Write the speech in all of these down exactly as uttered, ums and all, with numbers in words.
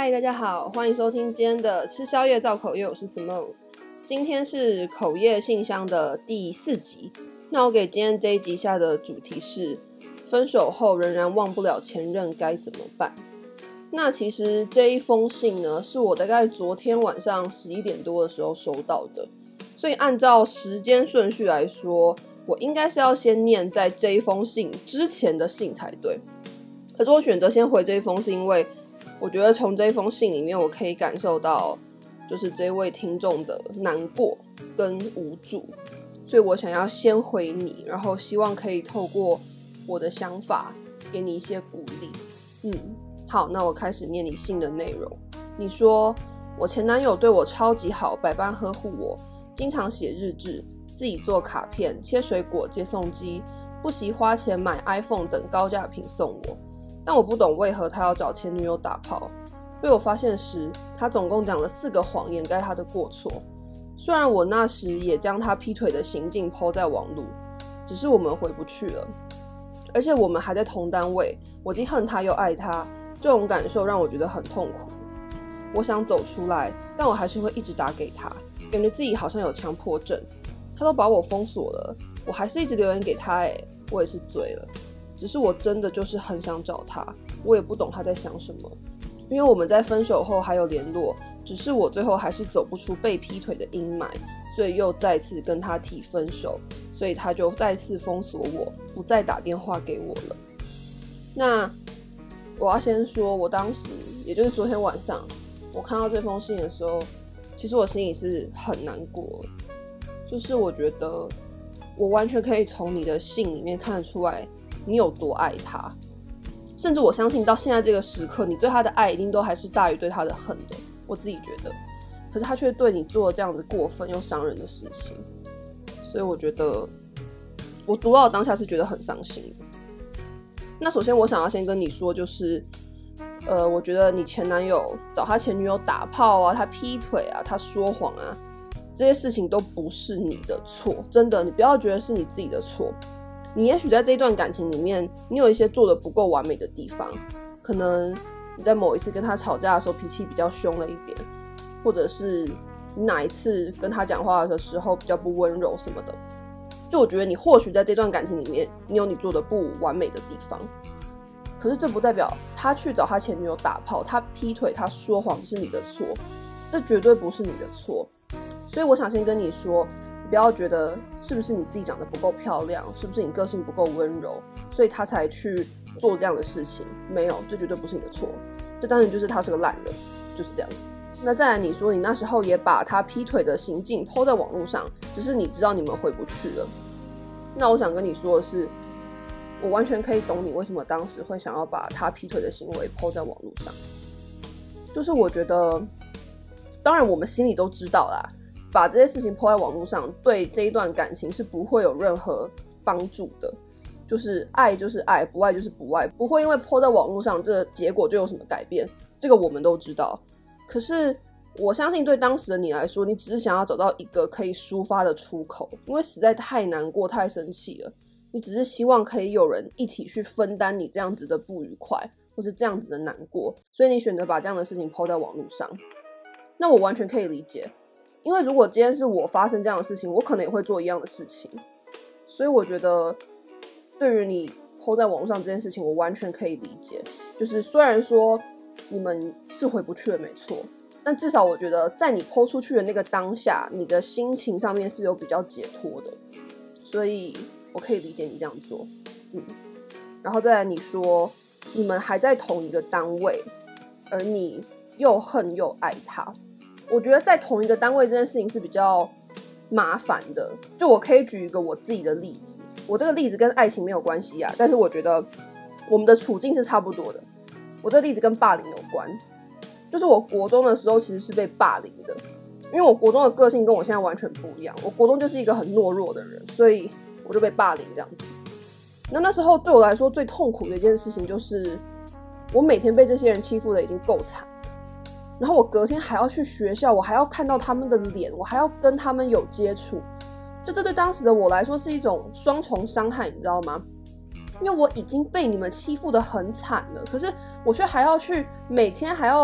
嗨，大家好，欢迎收听今天的吃宵夜造口业，我是 Simone。今天是口业信箱的第四集，那我给今天这一集下的主题是分手后仍然忘不了前任该怎么办。那其实这一封信呢，是我大概昨天晚上十一点多的时候收到的，所以按照时间顺序来说，我应该是要先念在这一封信之前的信才对。可是我选择先回这一封信，因为我觉得从这一封信里面我可以感受到就是这位听众的难过跟无助，所以我想要先回你，然后希望可以透过我的想法给你一些鼓励。嗯，好，那我开始念你信的内容。你说我前男友对我超级好，百般呵护我，经常写日志，自己做卡片，切水果，接送机，不惜花钱买 iPhone 等高价品送我。但我不懂为何他要找前女友打炮。被我发现时，他总共讲了四个谎掩盖他的过错。虽然我那时也将他劈腿的行径 po 在网路，只是我们回不去了。而且我们还在同单位，我既恨他又爱他，这种感受让我觉得很痛苦。我想走出来，但我还是会一直打给他，感觉自己好像有强迫症。他都把我封锁了，我还是一直留言给他，欸，我也是醉了。只是我真的就是很想找他，我也不懂他在想什么。因为我们在分手后还有联络，只是我最后还是走不出被劈腿的阴霾，所以又再次跟他提分手，所以他就再次封锁我，不再打电话给我了。那我要先说，我当时也就是昨天晚上我看到这封信的时候，其实我心里是很难过，就是我觉得我完全可以从你的信里面看得出来你有多爱他，甚至我相信到现在这个时刻，你对他的爱一定都还是大于对他的恨的，我自己觉得。可是他却对你做了这样子过分又伤人的事情，所以我觉得我读到当下是觉得很伤心的。那首先我想要先跟你说，就是呃，我觉得你前男友找他前女友打炮啊，他劈腿啊，他说谎啊，这些事情都不是你的错，真的，你不要觉得是你自己的错。你也许在这一段感情里面，你有一些做的不够完美的地方，可能你在某一次跟他吵架的时候脾气比较凶了一点，或者是你哪一次跟他讲话的时候比较不温柔什么的。就我觉得你或许在这段感情里面，你有你做的不完美的地方，可是这不代表他去找他前女友打炮，他劈腿，他说谎是你的错，这绝对不是你的错。所以我想先跟你说，不要觉得是不是你自己长得不够漂亮，是不是你个性不够温柔，所以他才去做这样的事情。没有，这绝对不是你的错，这当然就是他是个烂人，就是这样子。那再来你说你那时候也把他劈腿的行径 po 在网络上，只是你知道你们回不去了。那我想跟你说的是，我完全可以懂你为什么当时会想要把他劈腿的行为 po 在网络上。就是我觉得当然我们心里都知道啦，把这些事情 po 在网络上对这一段感情是不会有任何帮助的，就是爱就是爱，不爱就是不爱，不会因为 po 在网络上这个结果就有什么改变，这个我们都知道。可是我相信对当时的你来说，你只是想要找到一个可以抒发的出口，因为实在太难过太生气了，你只是希望可以有人一起去分担你这样子的不愉快或是这样子的难过，所以你选择把这样的事情 po 在网络上。那我完全可以理解，因为如果今天是我发生这样的事情，我可能也会做一样的事情。所以我觉得对于你 po 在网络上这件事情，我完全可以理解。就是虽然说你们是回不去了没错，但至少我觉得在你 po 出去的那个当下，你的心情上面是有比较解脱的，所以我可以理解你这样做。嗯，然后再来你说你们还在同一个单位，而你又恨又爱他。我觉得在同一个单位这件事情是比较麻烦的，就我可以举一个我自己的例子，我这个例子跟爱情没有关系啊，但是我觉得我们的处境是差不多的。我这个例子跟霸凌有关，就是我国中的时候其实是被霸凌的，因为我国中的个性跟我现在完全不一样，我国中就是一个很懦弱的人，所以我就被霸凌这样子。那那时候对我来说最痛苦的一件事情就是，我每天被这些人欺负的已经够惨，然后我隔天还要去学校，我还要看到他们的脸，我还要跟他们有接触，就这对当时的我来说是一种双重伤害，你知道吗？因为我已经被你们欺负得很惨了，可是我却还要去每天还要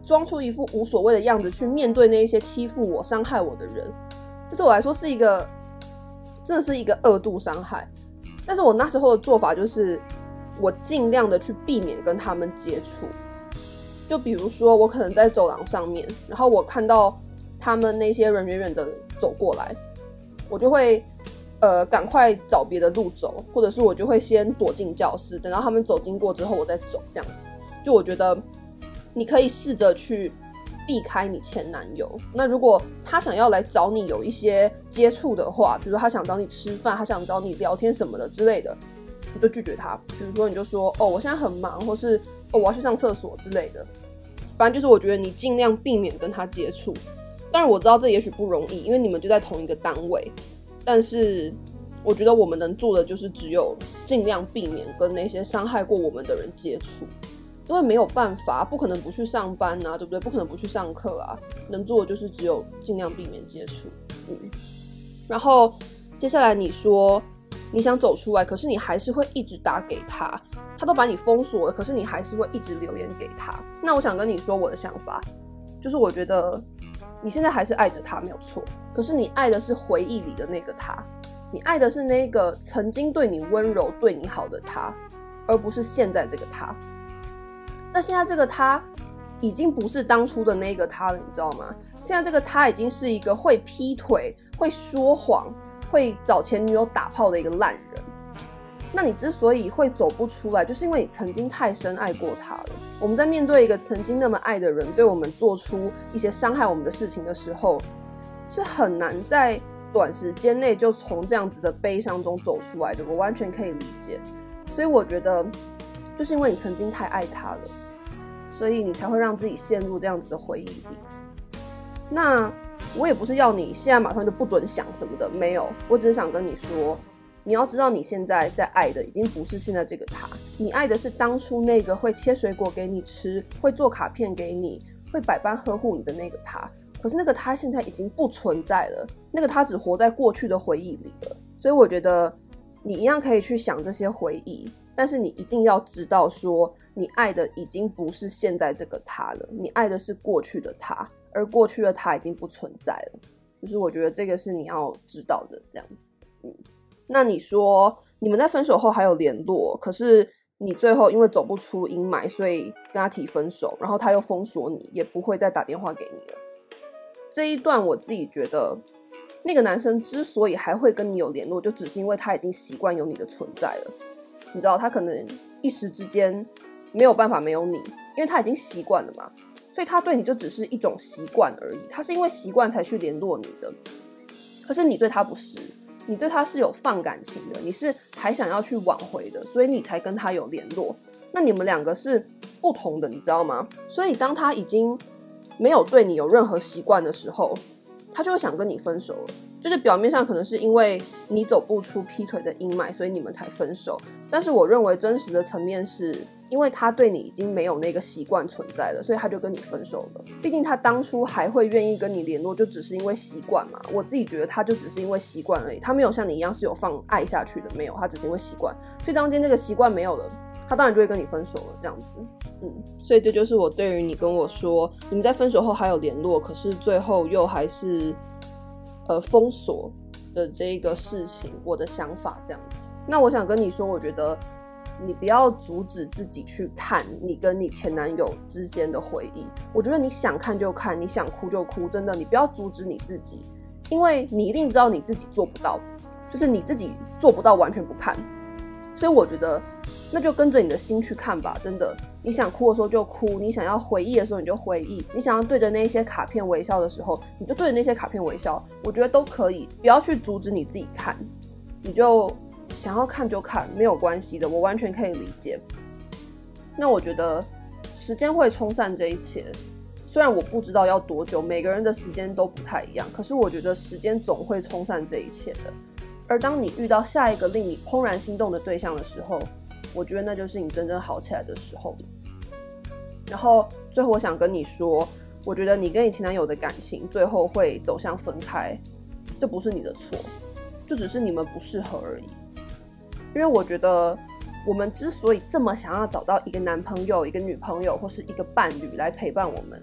装出一副无所谓的样子去面对那一些欺负我、伤害我的人，这对我来说是一个真的是一个二度伤害。但是我那时候的做法就是，我尽量的去避免跟他们接触。就比如说，我可能在走廊上面，然后我看到他们那些人远远的走过来，我就会呃赶快找别的路走，或者是我就会先躲进教室，等到他们走经过之后我再走，这样子。就我觉得你可以试着去避开你前男友。那如果他想要来找你有一些接触的话，比如说他想找你吃饭，他想找你聊天什么的之类的，你就拒绝他。比如说你就说哦我现在很忙，或是哦我要去上厕所之类的。反正就是我觉得你尽量避免跟他接触。当然我知道这也许不容易，因为你们就在同一个单位，但是我觉得我们能做的就是只有尽量避免跟那些伤害过我们的人接触。因为没有办法，不可能不去上班啊，对不对？不可能不去上课啊，能做的就是只有尽量避免接触。嗯，然后接下来你说你想走出来，可是你还是会一直打给他，他都把你封锁了，可是你还是会一直留言给他。那我想跟你说我的想法，就是我觉得你现在还是爱着他没有错，可是你爱的是回忆里的那个他，你爱的是那个曾经对你温柔对你好的他，而不是现在这个他。那现在这个他已经不是当初的那个他了，你知道吗？现在这个他已经是一个会劈腿、会说谎、会找前女友打炮的一个烂人。那你之所以会走不出来，就是因为你曾经太深爱过他了。我们在面对一个曾经那么爱的人对我们做出一些伤害我们的事情的时候，是很难在短时间内就从这样子的悲伤中走出来的，我完全可以理解。所以我觉得就是因为你曾经太爱他了，所以你才会让自己陷入这样子的回忆里。那我也不是要你现在马上就不准想什么的，没有，我只是想跟你说，你要知道你现在在爱的已经不是现在这个他，你爱的是当初那个会切水果给你吃，会做卡片给你，会百般呵护你的那个他。可是那个他现在已经不存在了，那个他只活在过去的回忆里了。所以我觉得你一样可以去想这些回忆，但是你一定要知道说，你爱的已经不是现在这个他了，你爱的是过去的他，而过去的他已经不存在了。就是我觉得这个是你要知道的，这样子。嗯，那你说你们在分手后还有联络，可是你最后因为走不出阴霾，所以跟他提分手，然后他又封锁你，也不会再打电话给你了。这一段我自己觉得，那个男生之所以还会跟你有联络，就只是因为他已经习惯有你的存在了。你知道他可能一时之间没有办法没有你，因为他已经习惯了嘛，所以他对你就只是一种习惯而已，他是因为习惯才去联络你的。可是你对他不是，你对他是有放感情的，你是还想要去挽回的，所以你才跟他有联络。那你们两个是不同的，你知道吗？所以当他已经没有对你有任何习惯的时候，他就会想跟你分手了。就是表面上可能是因为你走不出劈腿的阴霾，所以你们才分手。但是我认为真实的层面是，因为他对你已经没有那个习惯存在了，所以他就跟你分手了。毕竟他当初还会愿意跟你联络，就只是因为习惯嘛。我自己觉得他就只是因为习惯而已，他没有像你一样是有放爱下去的，没有，他只是因为习惯。所以当今这个习惯没有了，他当然就会跟你分手了，这样子。嗯，所以这就是我对于你跟我说你们在分手后还有联络，可是最后又还是呃封锁的这个事情，我的想法这样子。那我想跟你说，我觉得你不要阻止自己去看你跟你前男友之间的回忆。我觉得你想看就看，你想哭就哭，真的，你不要阻止你自己，因为你一定知道你自己做不到，就是你自己做不到完全不看。所以我觉得那就跟着你的心去看吧，真的，你想哭的时候就哭，你想要回忆的时候你就回忆，你想要对着那些卡片微笑的时候你就对着那些卡片微笑，我觉得都可以，不要去阻止你自己看，你就想要看就看，没有关系的，我完全可以理解。那我觉得时间会冲散这一切，虽然我不知道要多久，每个人的时间都不太一样，可是我觉得时间总会冲散这一切的。而当你遇到下一个令你怦然心动的对象的时候，我觉得那就是你真正好起来的时候。然后最后我想跟你说，我觉得你跟你前男友的感情最后会走向分开，这不是你的错，就只是你们不适合而已。因为我觉得我们之所以这么想要找到一个男朋友、一个女朋友或是一个伴侣来陪伴我们，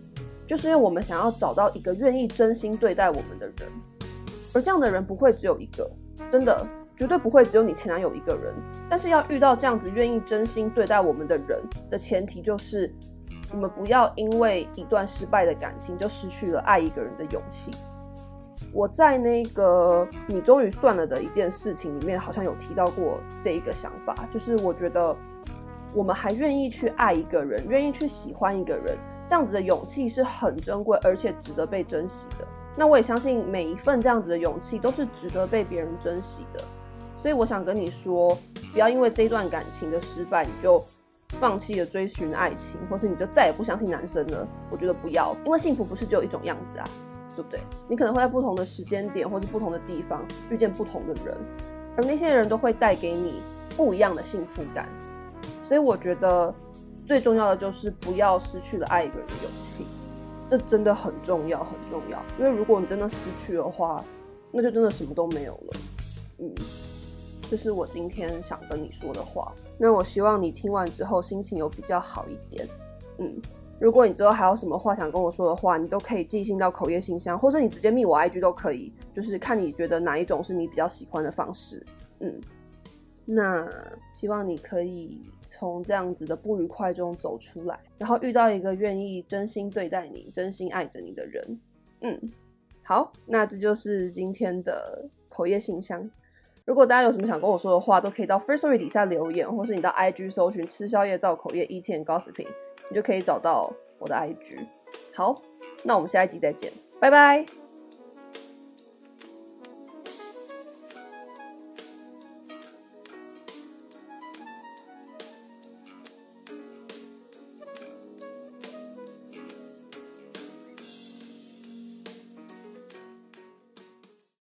就是因为我们想要找到一个愿意真心对待我们的人，而这样的人不会只有一个，真的绝对不会只有你前男友一个人。但是要遇到这样子愿意真心对待我们的人的前提，就是我们不要因为一段失败的感情就失去了爱一个人的勇气。我在那个你终于算了的一件事情里面好像有提到过这一个想法，就是我觉得我们还愿意去爱一个人，愿意去喜欢一个人，这样子的勇气是很珍贵而且值得被珍惜的。那我也相信每一份这样子的勇气都是值得被别人珍惜的。所以我想跟你说，不要因为这一段感情的失败你就放弃了追寻爱情，或是你就再也不相信男生了。我觉得不要，因为幸福不是只有一种样子啊，对不对？你可能会在不同的时间点或是不同的地方遇见不同的人，而那些人都会带给你不一样的幸福感。所以我觉得最重要的就是不要失去了爱一个人的勇气，这真的很重要很重要。因为如果你真的失去的话，那就真的什么都没有了。嗯，这是我今天想跟你说的话。那我希望你听完之后心情有比较好一点。嗯，如果你之后还有什么话想跟我说的话，你都可以寄信到口业信箱，或者你直接密我 I G 都可以，就是看你觉得哪一种是你比较喜欢的方式。嗯，那希望你可以从这样子的不愉快中走出来，然后遇到一个愿意真心对待你、真心爱着你的人。嗯，好，那这就是今天的口业信箱。如果大家有什么想跟我说的话，都可以到 Firstory 底下留言，或是你到 I G 搜寻吃宵夜造口业 Eating and Gossiping， 你就可以找到我的 I G。好，那我们下一集再见，拜拜。